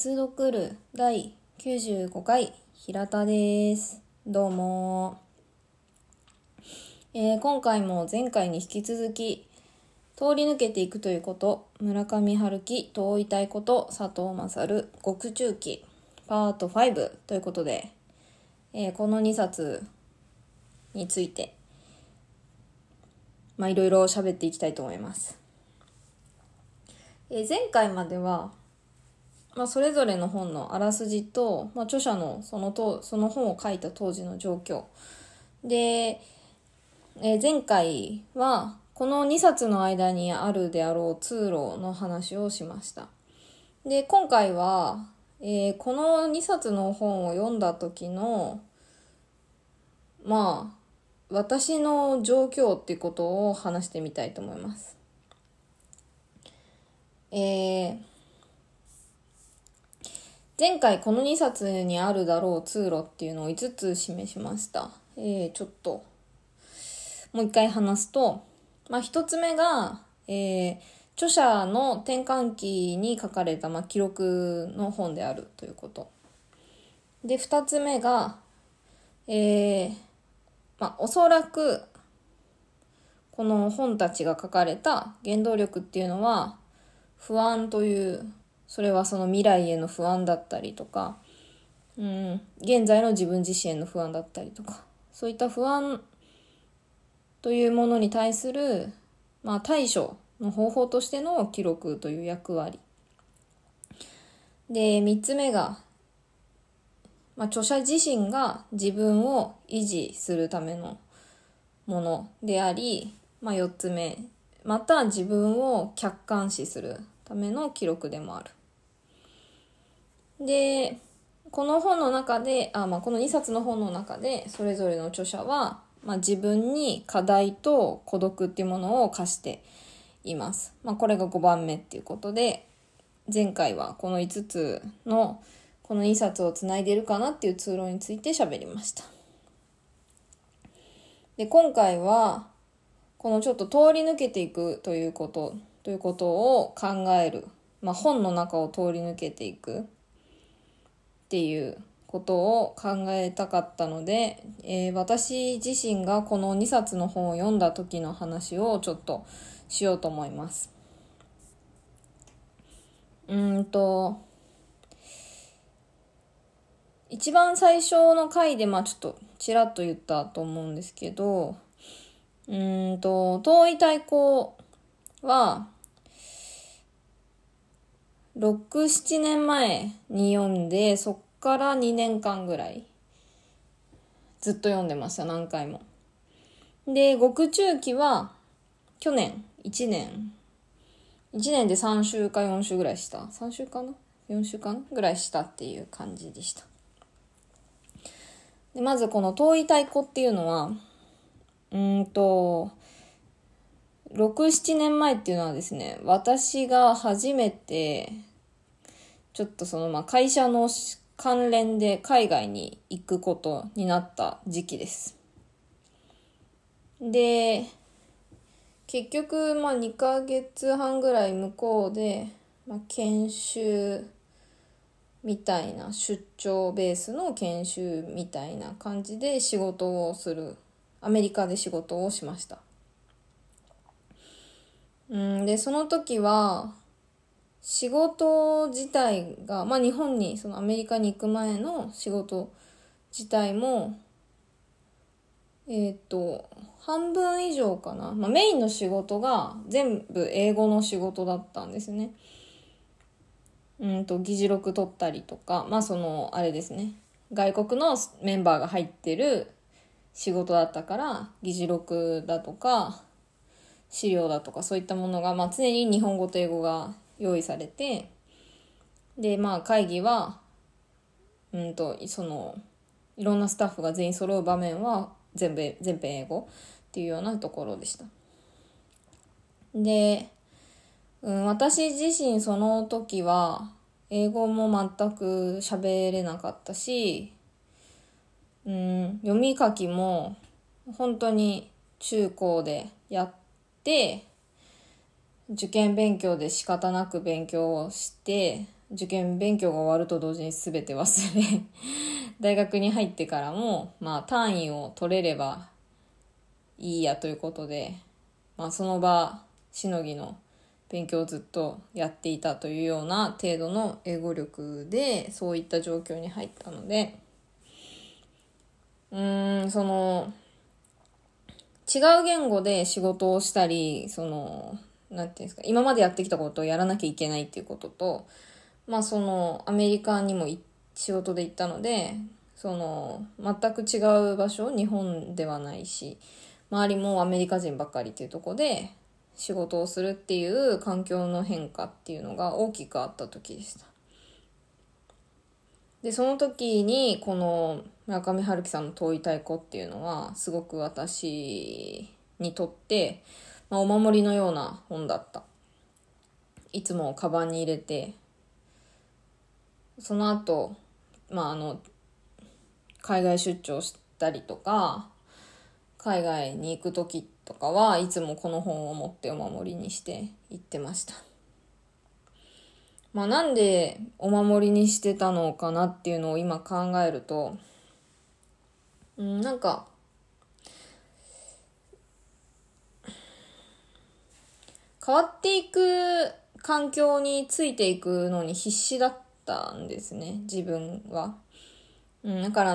鉄読る第95回平田です。どうも、今回も前回に引き続き通り抜けていくということ、村上春樹問いたいこと佐藤勝獄中記パート5ということで、この2冊についていろいろ喋っていきたいと思います。前回まではそれぞれの本のあらすじと、著者のその本を書いた当時の状況で、前回はこの2冊の間にあるであろう通路の話をしました。で、今回は、この2冊の本を読んだ時の私の状況っていうことを話してみたいと思います。前回この2冊にあるだろう通路っていうのを5つ示しました。ちょっともう一回話すと、1つ目が、著者の転換期に書かれた、記録の本であるということ。で、2つ目が、おそらくこの本たちが書かれた原動力っていうのは不安という、それはその未来への不安だったりとか、現在の自分自身への不安だったりとか、そういった不安というものに対する、対処の方法としての記録という役割で、3つ目が、著者自身が自分を維持するためのものであり、4つ目、また自分を客観視するための記録でもある。で、この本の中で、この2冊の本の中でそれぞれの著者は、自分に課題と孤独っていうものを課しています。これが5番目っていうことで、前回はこの5つのこの2冊をつないでいるかなっていう通路について喋りました。で、今回はこのちょっと通り抜けていくということを考える、本の中を通り抜けていくっていうことを考えたかったので、私自身がこの2冊の本を読んだ時の話をちょっとしようと思います。一番最初の回でちょっとちらっと言ったと思うんですけど、問いたい子は6、7年前に読んで、そっから2年間ぐらいずっと読んでました、何回も。で、獄中記は去年1年で3週か4週ぐらいした。3週かな ?4 週かなぐらいしたっていう感じでした。で、まずこの問いたい子っていうのは、6、7年前っていうのはですね、私が初めてちょっと会社の関連で海外に行くことになった時期です。で、結局2ヶ月半ぐらい向こうで、研修みたいな、出張ベースの研修みたいな感じで仕事をする、アメリカで仕事をしました。で、その時は仕事自体が、日本にアメリカに行く前の仕事自体も半分以上かな、メインの仕事が全部英語の仕事だったんですね。議事録取ったりとか、あれですね、外国のメンバーが入ってる仕事だったから、議事録だとか資料だとかそういったものが、常に日本語と英語が用意されて、で、会議は、いろんなスタッフが全員揃う場面は全編英語っていうようなところでした。で、私自身その時は英語も全く喋れなかったし、読み書きも本当に中高でやって、受験勉強で仕方なく勉強をして、 受験勉強が終わると同時に全て忘れ大学に入ってからも、単位を取れればいいやということで、その場しのぎの勉強をずっとやっていたというような程度の英語力でそういった状況に入ったので、違う言語で仕事をしたり、なんていうんですか、今までやってきたことをやらなきゃいけないっていうことと、アメリカにも仕事で行ったので、全く違う場所、日本ではないし、周りもアメリカ人ばっかりっていうところで仕事をするっていう環境の変化っていうのが大きくあった時でした。で、その時にこの村上春樹さんの遠い太鼓っていうのはすごく私にとって、お守りのような本だった。いつもカバンに入れて、その後、海外出張したりとか、海外に行く時とかはいつもこの本を持ってお守りにして行ってました。なんでお守りにしてたのかなっていうのを今考えると、なんか変わっていく環境についていくのに必死だったんですね、自分は。だから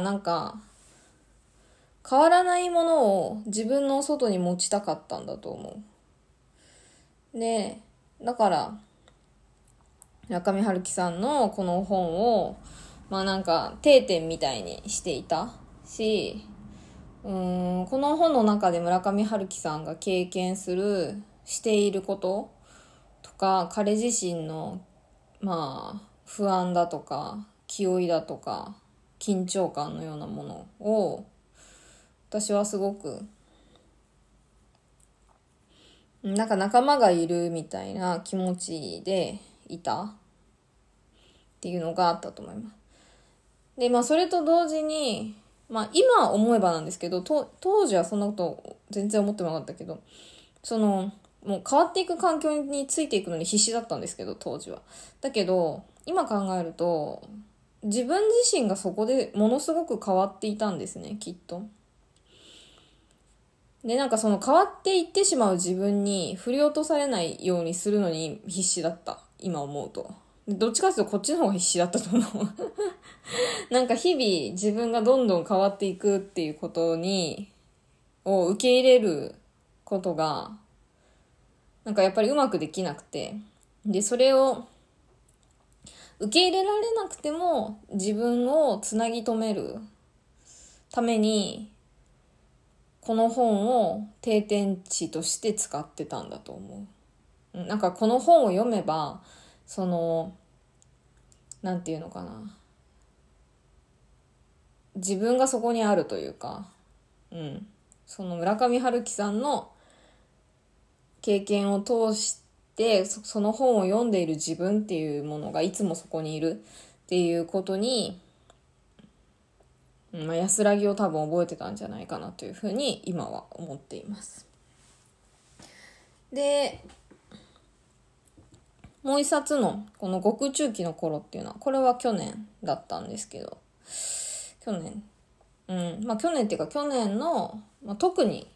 変わらないものを自分の外に持ちたかったんだと思う。で、だから中見春樹さんのこの本を定点みたいにしていたし、この本の中で村上春樹さんが経験していることとか、彼自身の不安だとか気負いだとか緊張感のようなものを私はすごく仲間がいるみたいな気持ちでいたっていうのがあったと思います。で、それと同時に、今思えばなんですけど、当時はそんなこと全然思ってなかったけど、もう変わっていく環境についていくのに必死だったんですけど、当時は。だけど、今考えると、自分自身がそこでものすごく変わっていたんですね、きっと。で、変わっていってしまう自分に振り落とされないようにするのに必死だった。今思うと。どっちかというとこっちの方が必死だったと思う。日々自分がどんどん変わっていくっていうことを受け入れることが、やっぱりうまくできなくて。で、それを受け入れられなくても自分をつなぎ止めるために、この本を定点値として使ってたんだと思う。この本を読めば、なんていうのかな。自分がそこにあるというか、その村上春樹さんの経験を通してその本を読んでいる自分っていうものがいつもそこにいるっていうことに、安らぎを多分覚えてたんじゃないかなというふうに今は思っています。で、もう一冊のこの獄中記の頃っていうのは、これは去年だったんですけど、去年っていうか去年の、特に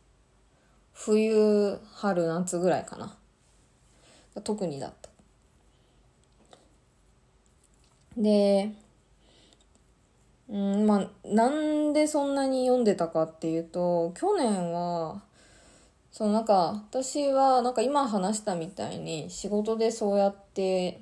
冬春夏ぐらいかな、特にだった。で、なんでそんなに読んでたかっていうと、去年は私は今話したみたいに仕事でそうやって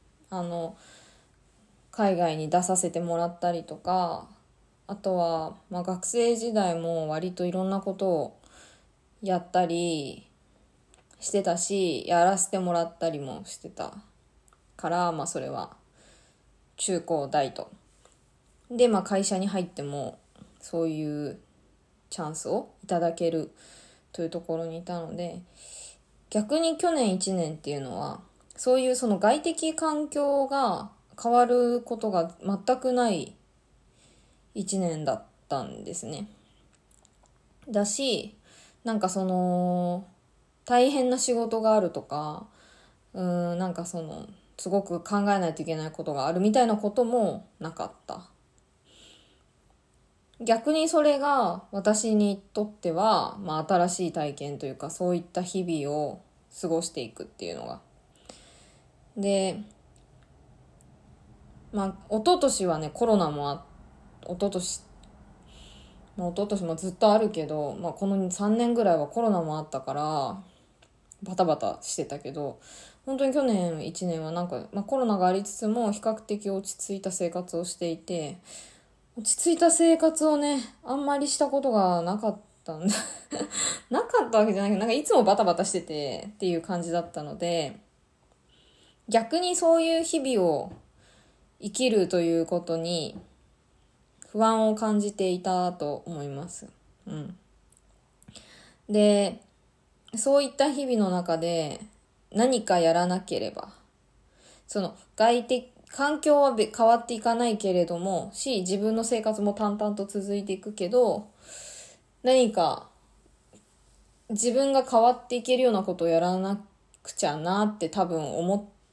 海外に出させてもらったりとか、あとは学生時代も割といろんなことをやったりしてたし、やらせてもらったりもしてたから、それは中高大とで、会社に入ってもそういうチャンスをいただけるというところにいたので、逆に去年1年っていうのはそういうその外的環境が変わることが全くない1年だったんですね。だし、大変な仕事があるとか、 すごく考えないといけないことがあるみたいなこともなかった。逆にそれが私にとっては、新しい体験というか、そういった日々を過ごしていくっていうのが。で、一昨年はね、コロナも一昨年、一昨年もずっとあるけど、この3年ぐらいはコロナもあったから、バタバタしてたけど、本当に去年1年はコロナがありつつも比較的落ち着いた生活をしていて、落ち着いた生活をね、あんまりしたことがなかったんだ。なかったわけじゃないけど、いつもバタバタしててっていう感じだったので、逆にそういう日々を生きるということに不安を感じていたと思います。で、そういった日々の中で何かやらなければ、その外的、環境は変わっていかないけれども、自分の生活も淡々と続いていくけど、何か自分が変わっていけるようなことをやらなくちゃなって多分思って、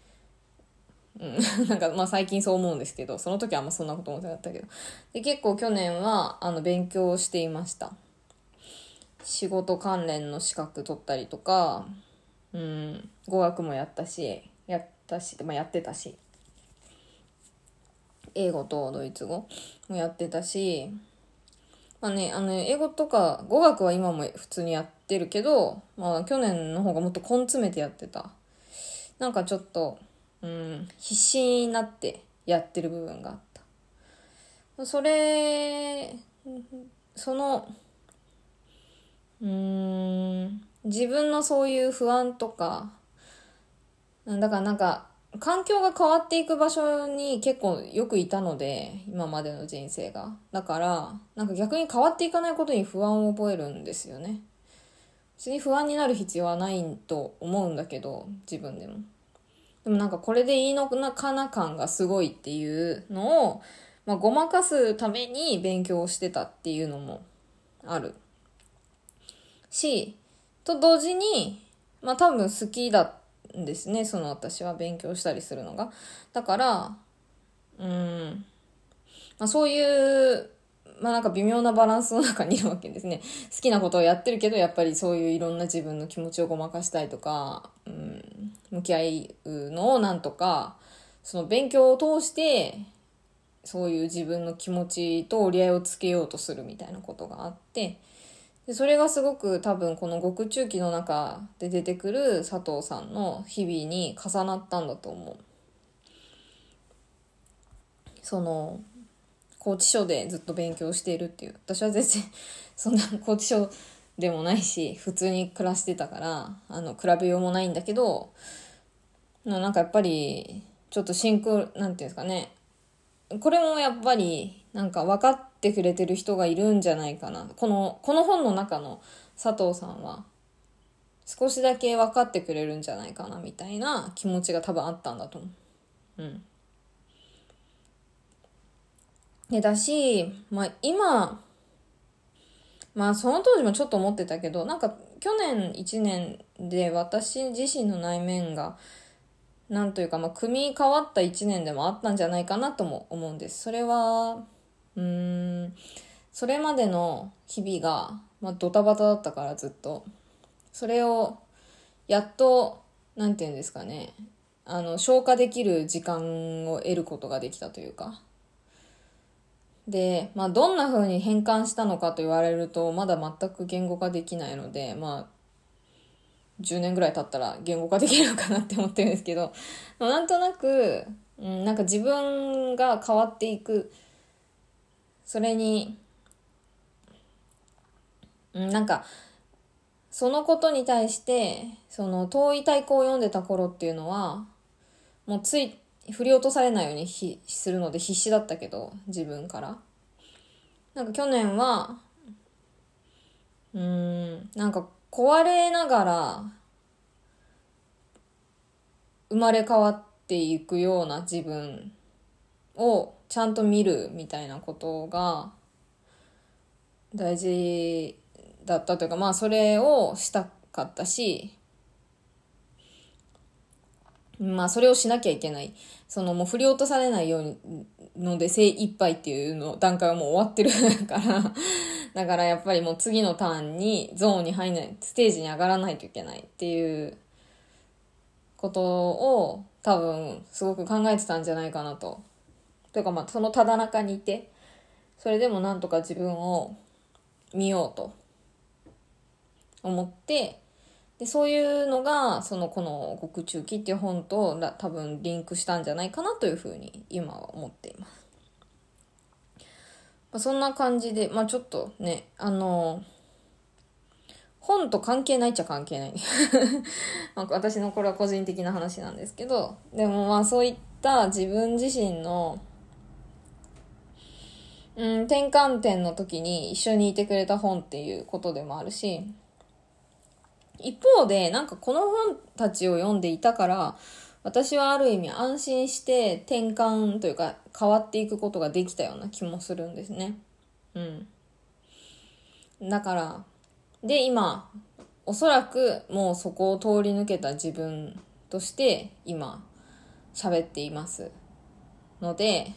最近そう思うんですけど、その時はあんまそんなこと思ってなかったけど。で、結構去年は勉強していました。仕事関連の資格取ったりとか、語学もやってたし、英語とドイツ語もやってたし、英語とか語学は今も普通にやってるけど、去年の方がもっと根詰めてやってた。ちょっと、必死になってやってる部分があった。その、自分のそういう不安とか、環境が変わっていく場所に結構よくいたので、今までの人生が。だから、逆に変わっていかないことに不安を覚えるんですよね。別に不安になる必要はないと思うんだけど、自分でも。でもこれでいいのかな感がすごいっていうのを、ごまかすために勉強してたっていうのもあるし、と同時に、多分好きだんですね、その私は勉強したりするのが。だから、そういう、微妙なバランスの中にいるわけですね。好きなことをやってるけど、やっぱりそういういろんな自分の気持ちをごまかしたいとか、向き合うのをなんとか、その勉強を通して、そういう自分の気持ちと折り合いをつけようとするみたいなことがあって、でそれがすごく多分この獄中記の中で出てくる佐藤さんの日々に重なったんだと思う。その拘置所でずっと勉強しているっていう、私は全然そんな拘置所でもないし普通に暮らしてたから比べようもないんだけど、やっぱりちょっとなんていうんですかね、これもやっぱり分かってくれてる人がいるんじゃないかな。この本の中の佐藤さんは少しだけ分かってくれるんじゃないかなみたいな気持ちが多分あったんだと思う。だし、今、その当時もちょっと思ってたけど、去年1年で私自身の内面が、なんというか、組み変わった1年でもあったんじゃないかなとも思うんです。それは、それまでの日々が、ドタバタだったからずっと。それを、やっと、なんていうんですかね、消化できる時間を得ることができたというか。で、どんな風に変換したのかと言われると、まだ全く言語化できないので、10年ぐらい経ったら言語化できるのかなって思ってるんですけど、なんとなく、自分が変わっていく、それに、そのことに対して、その遠い太鼓を読んでた頃っていうのは、もう振り落とされないようにするので必死だったけど、自分から。去年は、壊れながら生まれ変わっていくような自分をちゃんと見るみたいなことが大事だったというか、それをしたかったし、 まあそれをしなきゃいけない。もう振り落とされないようにので精一杯っていうの段階はもう終わってるからだからやっぱりもう次のターンにゾーンに入んない、ステージに上がらないといけないっていうことを多分すごく考えてたんじゃないかなと。というかまあそのただ中にいて、それでもなんとか自分を見ようと思って、でそういうのがこの獄中記っていう本と多分リンクしたんじゃないかなというふうに今は思っています。そんな感じで、まあちょっとね、本と関係ないっちゃ関係ないまあ私のこれは個人的な話なんですけど、でもまあそういった自分自身の転換点の時に一緒にいてくれた本っていうことでもあるし、一方でなんかこの本たちを読んでいたから私はある意味安心して転換というか変わっていくことができたような気もするんですね。だからで今おそらくもうそこを通り抜けた自分として今喋っていますので、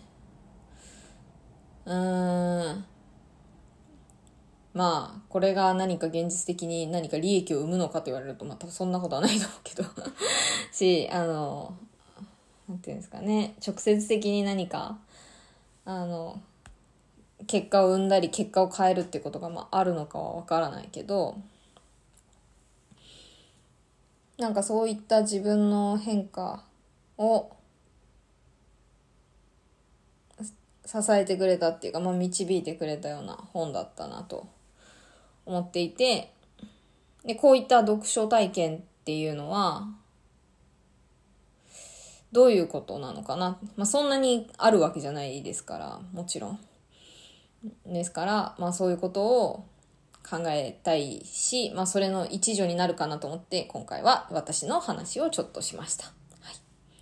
まあこれが何か現実的に何か利益を生むのかと言われるとまたそんなことはないと思うけどし、なんていうんですかね、直接的に何か結果を生んだり結果を変えるっていうことがあるのかはわからないけど、なんかそういった自分の変化を支えてくれたっていうか、導いてくれたような本だったなと思っていて、でこういった読書体験っていうのはどういうことなのかな、そんなにあるわけじゃないですから、もちろんですから、そういうことを考えたいし、それの一助になるかなと思って今回は私の話をちょっとしました。はい、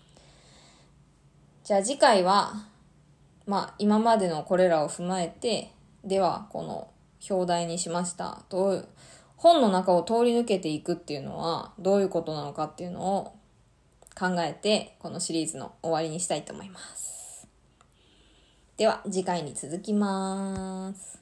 じゃあ次回は今までのこれらを踏まえて、ではこの表題にしました本の中を通り抜けていくっていうのはどういうことなのかっていうのを考えてこのシリーズの終わりにしたいと思います。では次回に続きます。